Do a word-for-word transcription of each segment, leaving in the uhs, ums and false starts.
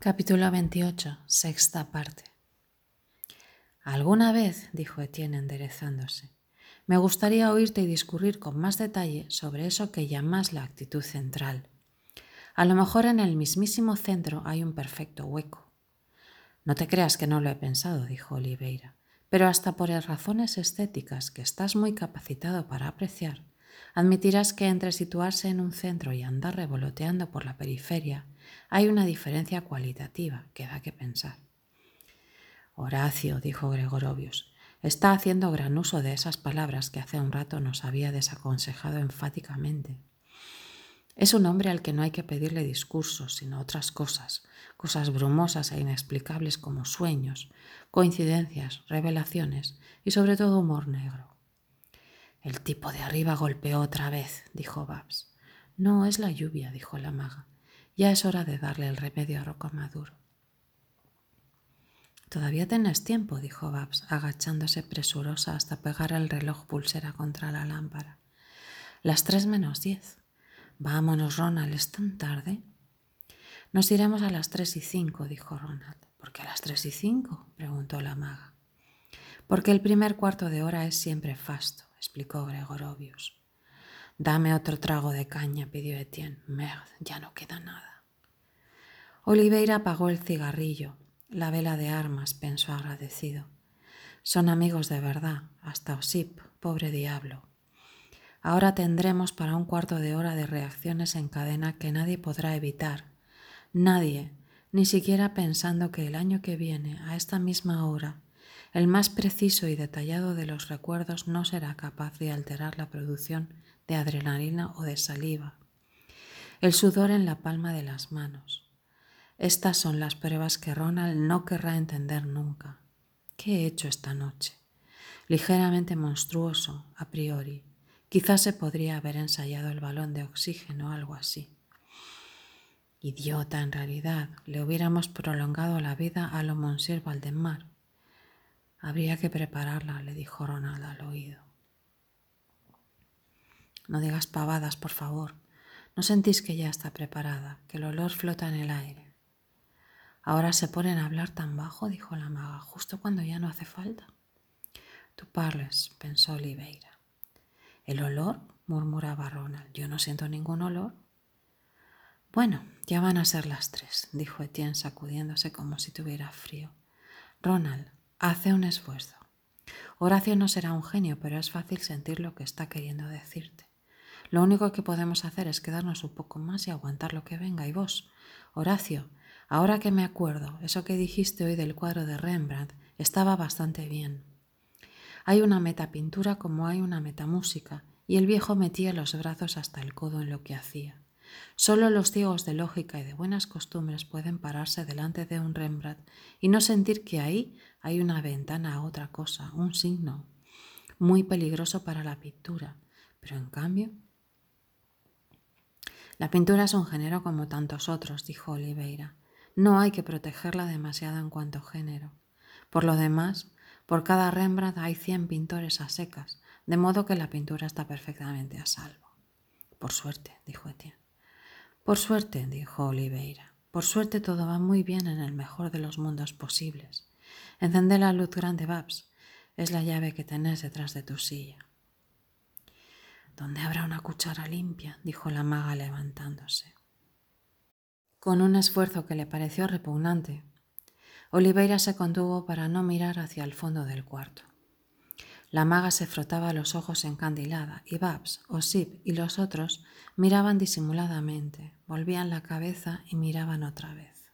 Capítulo veintiocho, sexta parte. Alguna vez, dijo Etienne enderezándose, me gustaría oírte discurrir con más detalle sobre eso que llamas la actitud central. A lo mejor en el mismísimo centro hay un perfecto hueco. No te creas que no lo he pensado, dijo Oliveira, pero hasta por razones estéticas que estás muy capacitado para apreciar, admitirás que entre situarse en un centro y andar revoloteando por la periferia hay una diferencia cualitativa que da que pensar. Horacio, dijo Gregorovius, está haciendo gran uso de esas palabras que hace un rato nos había desaconsejado enfáticamente. Es un hombre al que no hay que pedirle discursos, sino otras cosas, cosas brumosas e inexplicables como sueños, coincidencias, revelaciones y sobre todo humor negro. El tipo de arriba golpeó otra vez, dijo Babs. No, es la lluvia, dijo la maga. Ya es hora de darle el remedio a Rocamadour. Todavía tenés tiempo, dijo Babs, agachándose presurosa hasta pegar el reloj pulsera contra la lámpara. Las tres menos diez. Vámonos, Ronald, ¿es tan tarde? Nos iremos a las tres y cinco, dijo Ronald. ¿Por qué a las tres y cinco? Preguntó la maga. Porque el primer cuarto de hora es siempre fasto, explicó Gregorovius. Dame otro trago de caña, pidió Etienne. Merde, ya no queda nada. Oliveira apagó el cigarrillo. La vela de armas, pensó agradecido. Son amigos de verdad, hasta Osip, pobre diablo. Ahora tendremos para un cuarto de hora de reacciones en cadena que nadie podrá evitar. Nadie, ni siquiera pensando que el año que viene, a esta misma hora, el más preciso y detallado de los recuerdos no será capaz de alterar la producción de adrenalina o de saliva. El sudor en la palma de las manos. Estas son las pruebas que Ronald no querrá entender nunca. ¿Qué he hecho esta noche? Ligeramente monstruoso, a priori. Quizás se podría haber ensayado el balón de oxígeno o algo así. Idiota, en realidad, le hubiéramos prolongado la vida a lo Monsieur Valdemar. Habría que prepararla, le dijo Ronald al oído. No digas pavadas, por favor. ¿No sentís que ya está preparada, que el olor flota en el aire? Ahora se ponen a hablar tan bajo, dijo la maga, justo cuando ya no hace falta. Tú parles, pensó Oliveira. ¿El olor? Murmuraba Ronald. Yo no siento ningún olor. Bueno, ya van a ser las tres, dijo Etienne sacudiéndose como si tuviera frío. Ronald, hace un esfuerzo. Horacio no será un genio, pero es fácil sentir lo que está queriendo decirte. Lo único que podemos hacer es quedarnos un poco más y aguantar lo que venga. Y vos, Horacio, ahora que me acuerdo, eso que dijiste hoy del cuadro de Rembrandt estaba bastante bien. Hay una metapintura como hay una metamúsica, y el viejo metía los brazos hasta el codo en lo que hacía. Solo los ciegos de lógica y de buenas costumbres pueden pararse delante de un Rembrandt y no sentir que ahí hay una ventana a otra cosa, un signo, muy peligroso para la pintura. Pero en cambio... La pintura es un género como tantos otros, dijo Oliveira. No hay que protegerla demasiado en cuanto género. Por lo demás, por cada Rembrandt hay cien pintores a secas, de modo que la pintura está perfectamente a salvo. Por suerte, dijo Etienne. Por suerte, dijo Oliveira. Por suerte todo va muy bien en el mejor de los mundos posibles. Encende la luz grande, Babs. Es la llave que tenés detrás de tu silla. ¿Dónde habrá una cuchara limpia? Dijo la maga levantándose. Con un esfuerzo que le pareció repugnante, Oliveira se contuvo para no mirar hacia el fondo del cuarto. La maga se frotaba los ojos encandilada y Babs, Osip y los otros miraban disimuladamente, volvían la cabeza y miraban otra vez.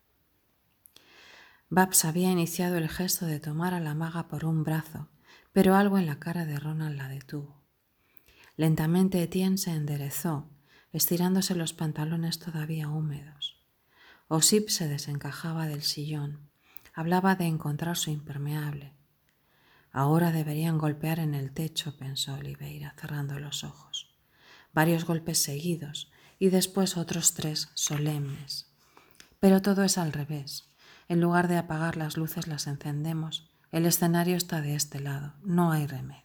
Babs había iniciado el gesto de tomar a la maga por un brazo, pero algo en la cara de Ronald la detuvo. Lentamente Etienne se enderezó, estirándose los pantalones todavía húmedos. Osip se desencajaba del sillón. Hablaba de encontrar su impermeable. Ahora deberían golpear en el techo, pensó Oliveira, cerrando los ojos. Varios golpes seguidos y después otros tres solemnes. Pero todo es al revés. En lugar de apagar las luces las encendemos. El escenario está de este lado. No hay remedio.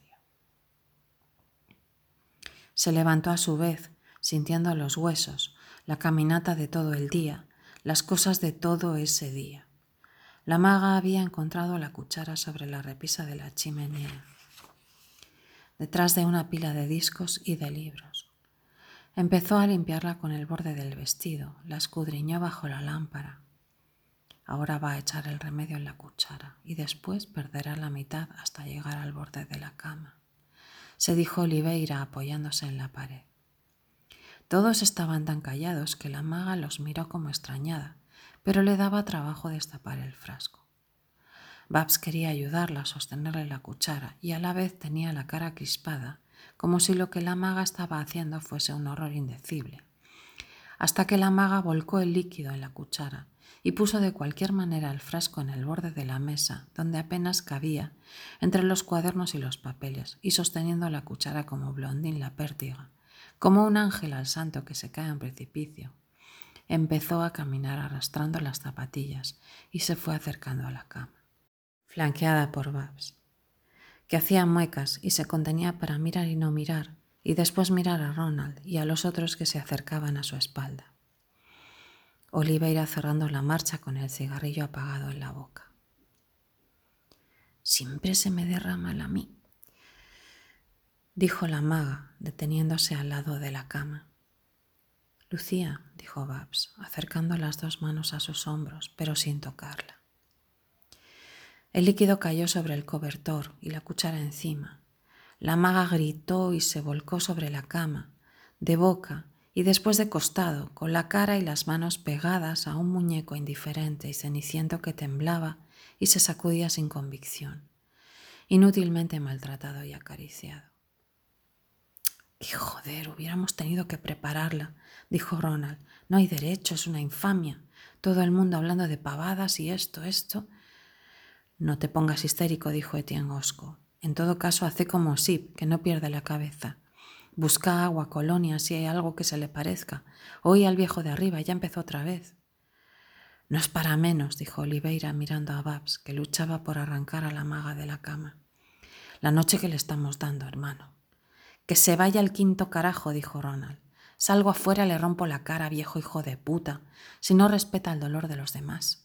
Se levantó a su vez, sintiendo los huesos, la caminata de todo el día, las cosas de todo ese día. La maga había encontrado la cuchara sobre la repisa de la chimenea, detrás de una pila de discos y de libros. Empezó a limpiarla con el borde del vestido, la escudriñó bajo la lámpara. Ahora va a echar el remedio en la cuchara y después perderá la mitad hasta llegar al borde de la cama, se dijo Oliveira apoyándose en la pared. Todos estaban tan callados que la maga los miró como extrañada, pero le daba trabajo destapar el frasco. Babs quería ayudarla a sostenerle la cuchara y a la vez tenía la cara crispada, como si lo que la maga estaba haciendo fuese un horror indecible, hasta que la maga volcó el líquido en la cuchara y puso de cualquier manera el frasco en el borde de la mesa, donde apenas cabía, entre los cuadernos y los papeles, y sosteniendo la cuchara como Blondín la pértiga, como un ángel al santo que se cae en precipicio. Empezó a caminar arrastrando las zapatillas y se fue acercando a la cama, flanqueada por Babs, que hacía muecas y se contenía para mirar y no mirar, y después mirar a Ronald y a los otros que se acercaban a su espalda. Oliveira cerrando la marcha con el cigarrillo apagado en la boca. «Siempre se me derrama a mí», dijo la maga, deteniéndose al lado de la cama. «Lucía», dijo Babs, acercando las dos manos a sus hombros, pero sin tocarla. El líquido cayó sobre el cobertor y la cuchara encima. La maga gritó y se volcó sobre la cama, de boca y después de costado, con la cara y las manos pegadas a un muñeco indiferente y ceniciento que temblaba y se sacudía sin convicción, inútilmente maltratado y acariciado. «¡Qué joder! Hubiéramos tenido que prepararla», dijo Ronald. «No hay derecho, es una infamia. Todo el mundo hablando de pavadas y esto, esto». «No te pongas histérico», dijo Etienne hosco. «En todo caso, hace como Sip, que no pierde la cabeza. Busca agua, Colonia, si hay algo que se le parezca. Oí al viejo de arriba, ya empezó otra vez». «No es para menos», dijo Oliveira mirando a Babs, que luchaba por arrancar a la maga de la cama. «La noche que le estamos dando, hermano». «Que se vaya al quinto carajo», dijo Ronald. «Salgo afuera y le rompo la cara, viejo hijo de puta, si no respeta el dolor de los demás».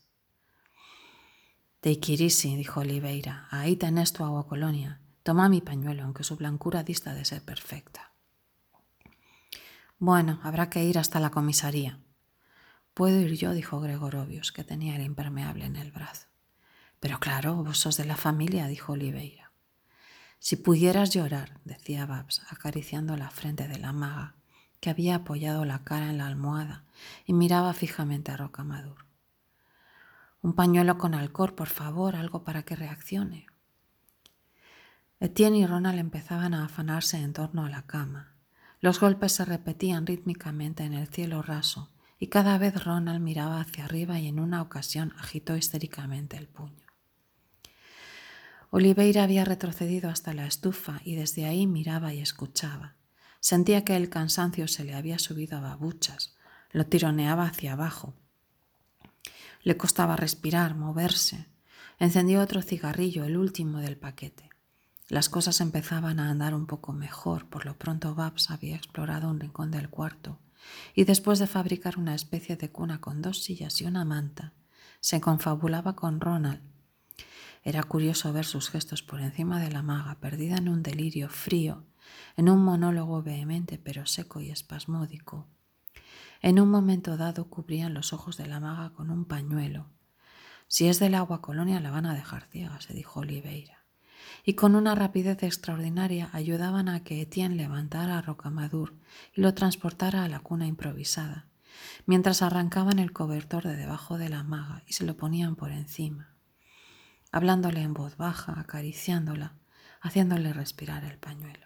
«Take it easy», dijo Oliveira. «Ahí tenés tu agua, Colonia. Toma mi pañuelo, aunque su blancura dista de ser perfecta». «Bueno, habrá que ir hasta la comisaría». «Puedo ir yo», dijo Gregorovius, que tenía el impermeable en el brazo. «Pero claro, vos sos de la familia», dijo Oliveira. «Si pudieras llorar», decía Babs, acariciando la frente de la maga, que había apoyado la cara en la almohada y miraba fijamente a Rocamadour. «Un pañuelo con alcohol, por favor, algo para que reaccione». Etienne y Ronald empezaban a afanarse en torno a la cama. Los golpes se repetían rítmicamente en el cielo raso y cada vez Ronald miraba hacia arriba y en una ocasión agitó histéricamente el puño. Oliveira había retrocedido hasta la estufa y desde ahí miraba y escuchaba. Sentía que el cansancio se le había subido a babuchas, lo tironeaba hacia abajo. Le costaba respirar, moverse. Encendió otro cigarrillo, el último del paquete. Las cosas empezaban a andar un poco mejor. Por lo pronto Babs había explorado un rincón del cuarto y después de fabricar una especie de cuna con dos sillas y una manta, se confabulaba con Ronald. Era curioso ver sus gestos por encima de la maga, perdida en un delirio frío, en un monólogo vehemente pero seco y espasmódico. En un momento dado cubrían los ojos de la maga con un pañuelo. «Si es del agua, Colonia, la van a dejar ciega», se dijo Oliveira. Y con una rapidez extraordinaria ayudaban a que Etienne levantara a Rocamadour y lo transportara a la cuna improvisada, mientras arrancaban el cobertor de debajo de la maga y se lo ponían por encima, hablándole en voz baja, acariciándola, haciéndole respirar el pañuelo.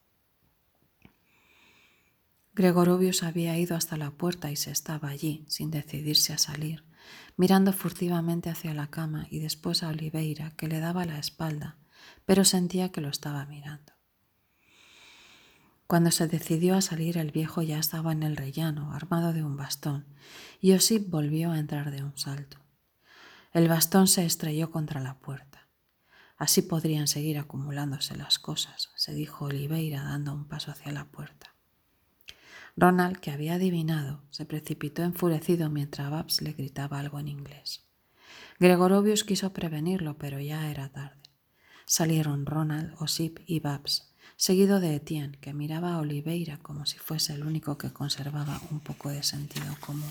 Gregorovius había ido hasta la puerta y se estaba allí, sin decidirse a salir, mirando furtivamente hacia la cama y después a Oliveira, que le daba la espalda, pero sentía que lo estaba mirando. Cuando se decidió a salir, el viejo ya estaba en el rellano, armado de un bastón, y Osip volvió a entrar de un salto. El bastón se estrelló contra la puerta. «Así podrían seguir acumulándose las cosas», se dijo Oliveira dando un paso hacia la puerta. Ronald, que había adivinado, se precipitó enfurecido mientras Babs le gritaba algo en inglés. Gregorovius quiso prevenirlo, pero ya era tarde. Salieron Ronald, Osip y Babs, seguido de Etienne, que miraba a Oliveira como si fuese el único que conservaba un poco de sentido común.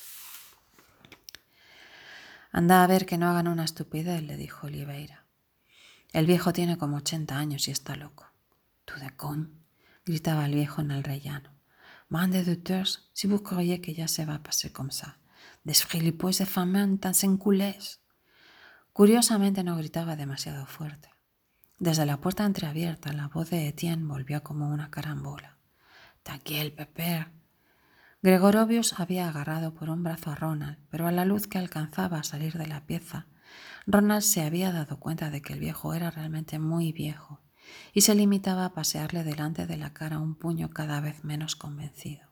«Anda a ver que no hagan una estupidez», le dijo Oliveira. «El viejo tiene como ochenta años y está loco». «Tout de con», gritaba el viejo en el rellano. «Bande de douteurs, si vous croyez que ya se va a pasar comme ça. Des frilipois de familles tan enculés». Curiosamente no gritaba demasiado fuerte. Desde la puerta entreabierta la voz de Etienne volvió como una carambola. «Taquiel, Pepper». Gregorovius había agarrado por un brazo a Ronald, pero a la luz que alcanzaba a salir de la pieza, Ronald se había dado cuenta de que el viejo era realmente muy viejo y se limitaba a pasearle delante de la cara un puño cada vez menos convencido.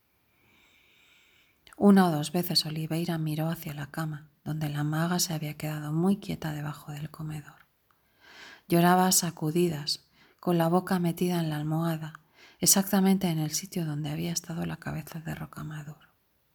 Una o dos veces Oliveira miró hacia la cama, donde la maga se había quedado muy quieta debajo del comedor. Lloraba a sacudidas, con la boca metida en la almohada, exactamente en el sitio donde había estado la cabeza de Rocamadour.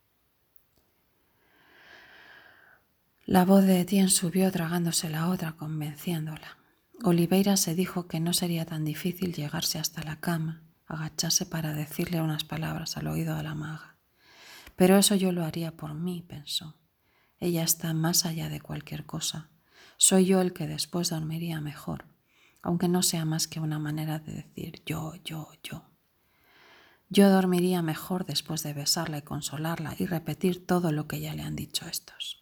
La voz de Etienne subió tragándose la otra, convenciéndola. Oliveira se dijo que no sería tan difícil llegarse hasta la cama, agacharse para decirle unas palabras al oído a la maga. Pero eso yo lo haría por mí, pensó. Ella está más allá de cualquier cosa. Soy yo el que después dormiría mejor, aunque no sea más que una manera de decir yo, yo, yo. Yo dormiría mejor después de besarla y consolarla y repetir todo lo que ya le han dicho estos.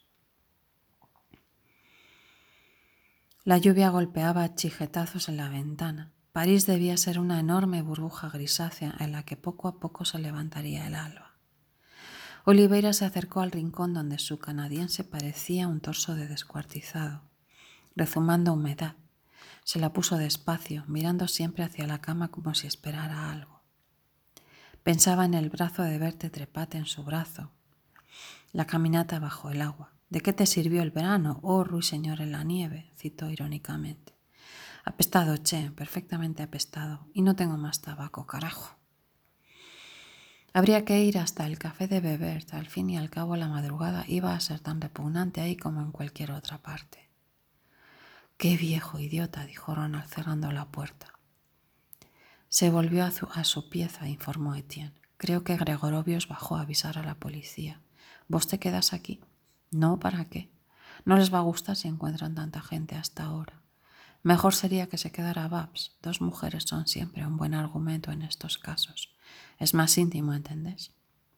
La lluvia golpeaba a chijetazos en la ventana. París debía ser una enorme burbuja grisácea en la que poco a poco se levantaría el alba. Oliveira se acercó al rincón donde su canadiense parecía un torso de descuartizado, rezumando humedad. Se la puso despacio, mirando siempre hacia la cama como si esperara algo. Pensaba en el brazo de Berthe Trepate en su brazo, la caminata bajo el agua. «¿De qué te sirvió el verano, oh ruiseñor en la nieve?», citó irónicamente. «Apestado, che, perfectamente apestado, y no tengo más tabaco, carajo». Habría que ir hasta el café de Bebert, al fin y al cabo la madrugada iba a ser tan repugnante ahí como en cualquier otra parte. «Qué viejo idiota», dijo Ronald cerrando la puerta. Se volvió a su, a su pieza, informó Etienne. «Creo que Gregorovius bajó a avisar a la policía. ¿Vos te quedas aquí?» «No, ¿para qué? No les va a gustar si encuentran tanta gente hasta ahora. Mejor sería que se quedara Babs. Dos mujeres son siempre un buen argumento en estos casos. Es más íntimo, ¿entendés?»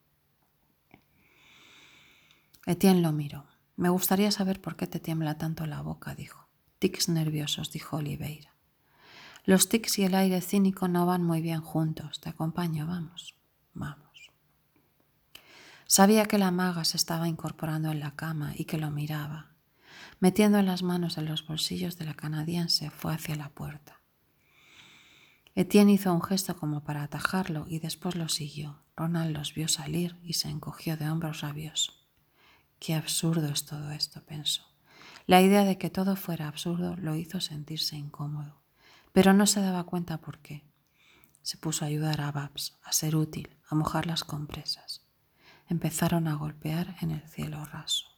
Etienne lo miró. «Me gustaría saber por qué te tiembla tanto la boca», dijo. «Tics nerviosos», dijo Oliveira. «Los tics y el aire cínico no van muy bien juntos. Te acompaño, vamos, vamos». Sabía que la maga se estaba incorporando en la cama y que lo miraba. Metiendo las manos en los bolsillos de la canadiense, fue hacia la puerta. Etienne hizo un gesto como para atajarlo y después lo siguió. Ronald los vio salir y se encogió de hombros rabioso. «Qué absurdo es todo esto», pensó. La idea de que todo fuera absurdo lo hizo sentirse incómodo, pero no se daba cuenta por qué. Se puso a ayudar a Babs, a ser útil, a mojar las compresas. Empezaron a golpear en el cielo raso.